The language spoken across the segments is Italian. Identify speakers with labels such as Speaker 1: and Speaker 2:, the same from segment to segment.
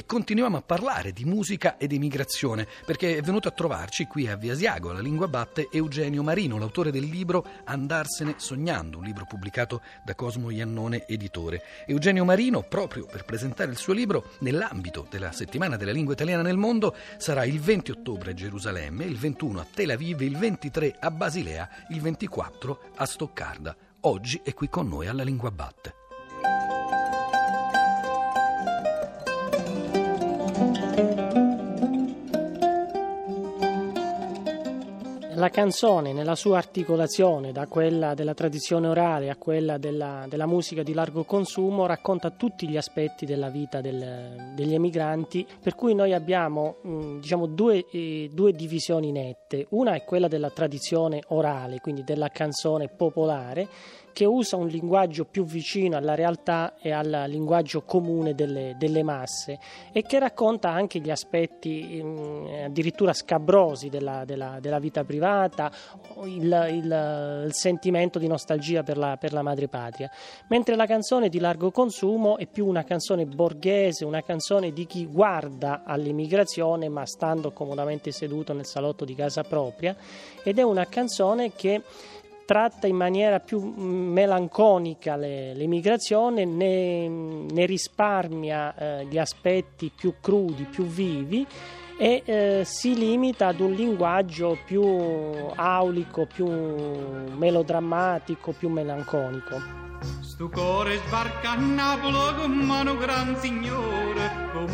Speaker 1: continuiamo a parlare di musica ed emigrazione, perché è venuto a trovarci qui a Via Asiago, alla Lingua Batte, Eugenio Marino, l'autore del libro Andarsene sognando, un libro pubblicato da Cosmo Iannone Editore. Eugenio Marino, proprio per presentare il suo libro, nell'ambito della Settimana della Lingua Italiana nel Mondo, sarà il 20 ottobre a Gerusalemme, il 21 a Tel Aviv, il 23 a Basilea, il 24 a Stoccarda. Oggi è qui con noi alla Lingua Batte.
Speaker 2: La canzone, nella sua articolazione, da quella della tradizione orale a quella della musica di largo consumo, racconta tutti gli aspetti della vita degli emigranti, per cui noi abbiamo due divisioni nette. Una è quella della tradizione orale, quindi della canzone popolare, che usa un linguaggio più vicino alla realtà e al linguaggio comune delle masse, e che racconta anche gli aspetti addirittura scabrosi della vita privata, il sentimento di nostalgia per la madrepatria. Mentre la canzone di largo consumo è più una canzone borghese, una canzone di chi guarda all'immigrazione ma stando comodamente seduto nel salotto di casa propria, ed è una canzone che tratta in maniera più melanconica l'emigrazione, ne risparmia gli aspetti più crudi, più vivi, e si limita ad un linguaggio più aulico, più melodrammatico, più melanconico.
Speaker 3: Sto cuore sbarca a Napoli come un gran signore,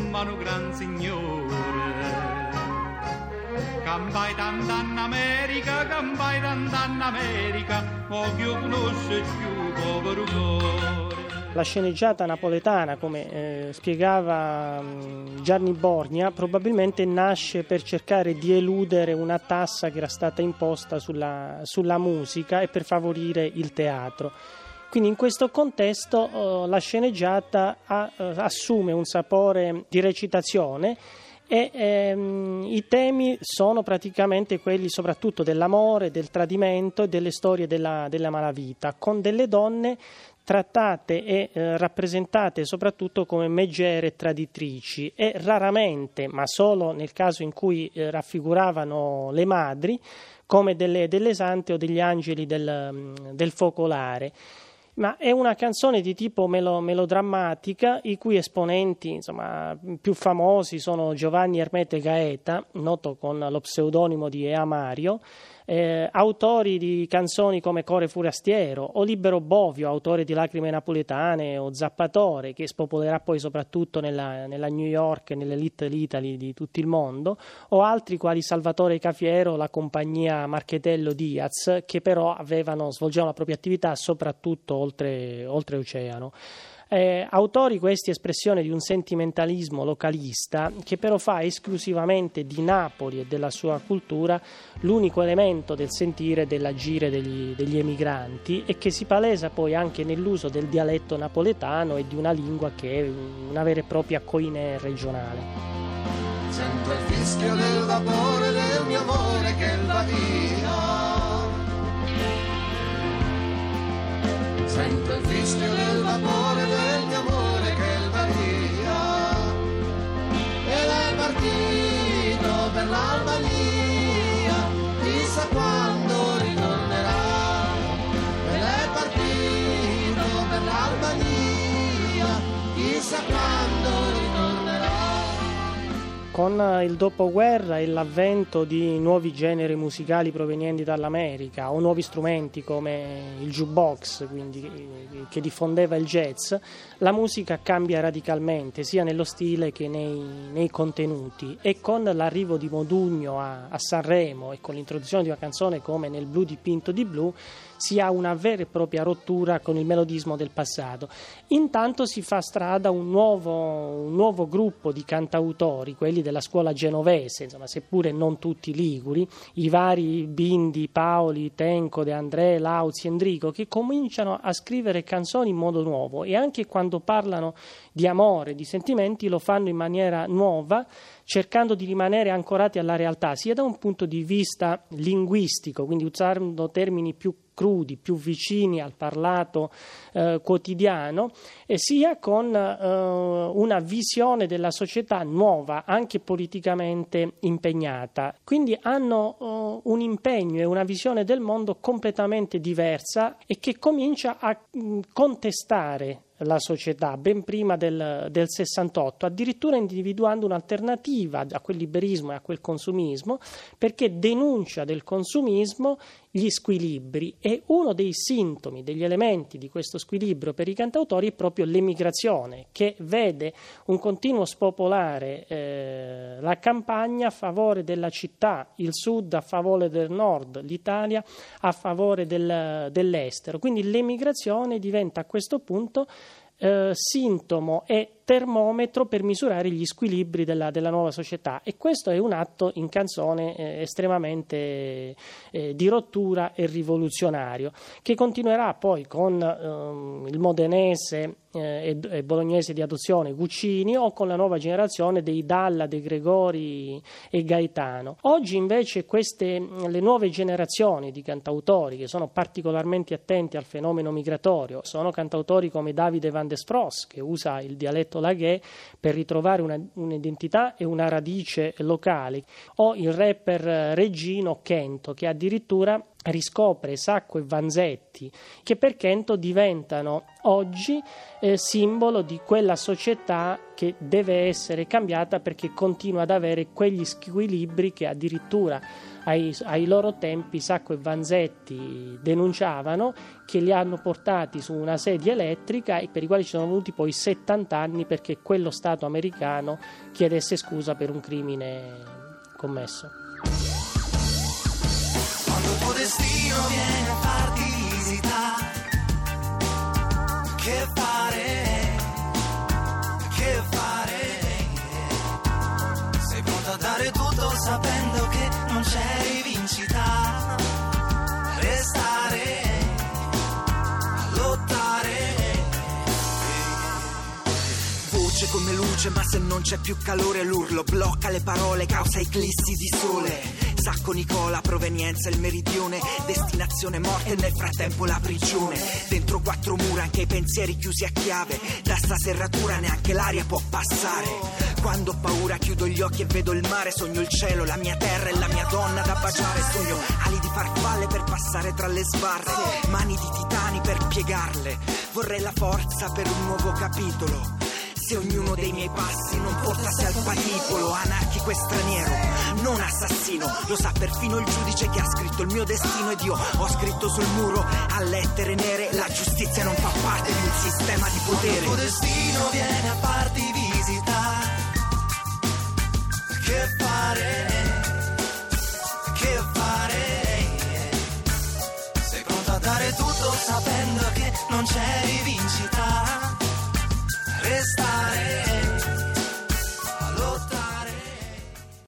Speaker 3: Campai tant'anna America, voglio conoscere più povero cuore.
Speaker 2: La sceneggiata napoletana, come spiegava Gianni Borgna, probabilmente nasce per cercare di eludere una tassa che era stata imposta sulla musica e per favorire il teatro. Quindi in questo contesto la sceneggiata assume un sapore di recitazione, e i temi sono praticamente quelli soprattutto dell'amore, del tradimento e delle storie della malavita, con delle donne trattate e rappresentate soprattutto come meggere e traditrici, e raramente, ma solo nel caso in cui raffiguravano le madri, come delle sante o degli angeli del focolare. Ma è una canzone di tipo melodrammatica, i cui esponenti più famosi sono Giovanni Ermete Gaeta, noto con lo pseudonimo di Ea Mario, autori di canzoni come Core Furastiero, o Libero Bovio, autore di Lacrime Napoletane, o Zappatore, che spopolerà poi soprattutto nella New York e nelle Little Italy di tutto il mondo, o altri quali Salvatore Cafiero, la compagnia Marchetello Diaz, che però svolgevano la propria attività soprattutto oltreoceano. Autori questi espressione di un sentimentalismo localista che però fa esclusivamente di Napoli e della sua cultura l'unico elemento del sentire e dell'agire degli emigranti, e che si palesa poi anche nell'uso del dialetto napoletano e di una lingua che è una vera e propria coine regionale.
Speaker 4: Sento il fischio del vapore del mio amore che va via. Sento il fischio del vapore del mio amore che va via, ed è partito per l'Albania, chissà quando ritornerà, ed è partito per l'Albania, chissà quando ritornerà.
Speaker 2: Con il dopoguerra e l'avvento di nuovi generi musicali provenienti dall'America, o nuovi strumenti come il jukebox, quindi che diffondeva il jazz, la musica cambia radicalmente sia nello stile che nei contenuti, e con l'arrivo di Modugno a Sanremo e con l'introduzione di una canzone come Nel blu dipinto di blu si ha una vera e propria rottura con il melodismo del passato. Intanto si fa strada un nuovo gruppo di cantautori, quelli della scuola genovese, seppure non tutti liguri, i vari Bindi, Paoli, Tenco, De André, Lauzi, Endrico, che cominciano a scrivere canzoni in modo nuovo, e anche quando parlano di amore, di sentimenti, lo fanno in maniera nuova, cercando di rimanere ancorati alla realtà, sia da un punto di vista linguistico, quindi usando termini più crudi, più vicini al parlato quotidiano, sia con una visione della società nuova, anche politicamente impegnata. Quindi hanno un impegno e una visione del mondo completamente diversa e che comincia a contestare la società ben prima del 68, addirittura individuando un'alternativa a quel liberismo e a quel consumismo, perché denuncia del consumismo gli squilibri, e uno dei sintomi, degli elementi di questo squilibrio per i cantautori è proprio l'emigrazione, che vede un continuo spopolare la campagna a favore della città, il sud a favore del nord, l'Italia a favore dell'estero. Quindi l'emigrazione diventa a questo punto sintomo e termometro per misurare gli squilibri della nuova società, e questo è un atto in canzone estremamente di rottura e rivoluzionario, che continuerà poi con il modenese e bolognese di adozione Guccini, o con la nuova generazione dei Dalla, De Gregori e Gaetano. Oggi invece le nuove generazioni di cantautori che sono particolarmente attenti al fenomeno migratorio sono cantautori come Davide Van de Spross, che usa il dialetto laghè per ritrovare un'identità e una radice locale, o il rapper Reggino Kento, che addirittura riscopre Sacco e Vanzetti, che per Kento diventano oggi simbolo di quella società che deve essere cambiata, perché continua ad avere quegli squilibri che addirittura ai loro tempi Sacco e Vanzetti denunciavano, che li hanno portati su una sedia elettrica e per i quali ci sono voluti poi 70 anni perché quello Stato americano chiedesse scusa per un crimine commesso.
Speaker 5: Quando il tuo destino viene a farti visita, che fare? Che fare? Sei pronta a dare tutto sapendo che non c'è rivincita. Restare, a lottare. Voce come luce, ma se non c'è più calore l'urlo blocca le parole, causa eclissi di sole. Sacco Nicola, provenienza il meridione, destinazione morte e nel frattempo la prigione. Dentro quattro mura anche i pensieri chiusi a chiave, da sta serratura neanche l'aria può passare. Quando ho paura chiudo gli occhi e vedo il mare, sogno il cielo, la mia terra e la mia donna da baciare. Sogno ali di farfalle per passare tra le sbarre, mani di titani per piegarle. Vorrei la forza per un nuovo capitolo, se ognuno dei miei passi non portasse al patibolo. Anarchico e straniero, non assassino, lo sa perfino il giudice che ha scritto il mio destino. Ed io ho scritto sul muro a lettere nere: la giustizia non fa parte di un sistema di potere. Il tuo destino viene a farti visita, che fare? Che fare? Sei pronta a dare tutto sapendo che non c'è rivincita.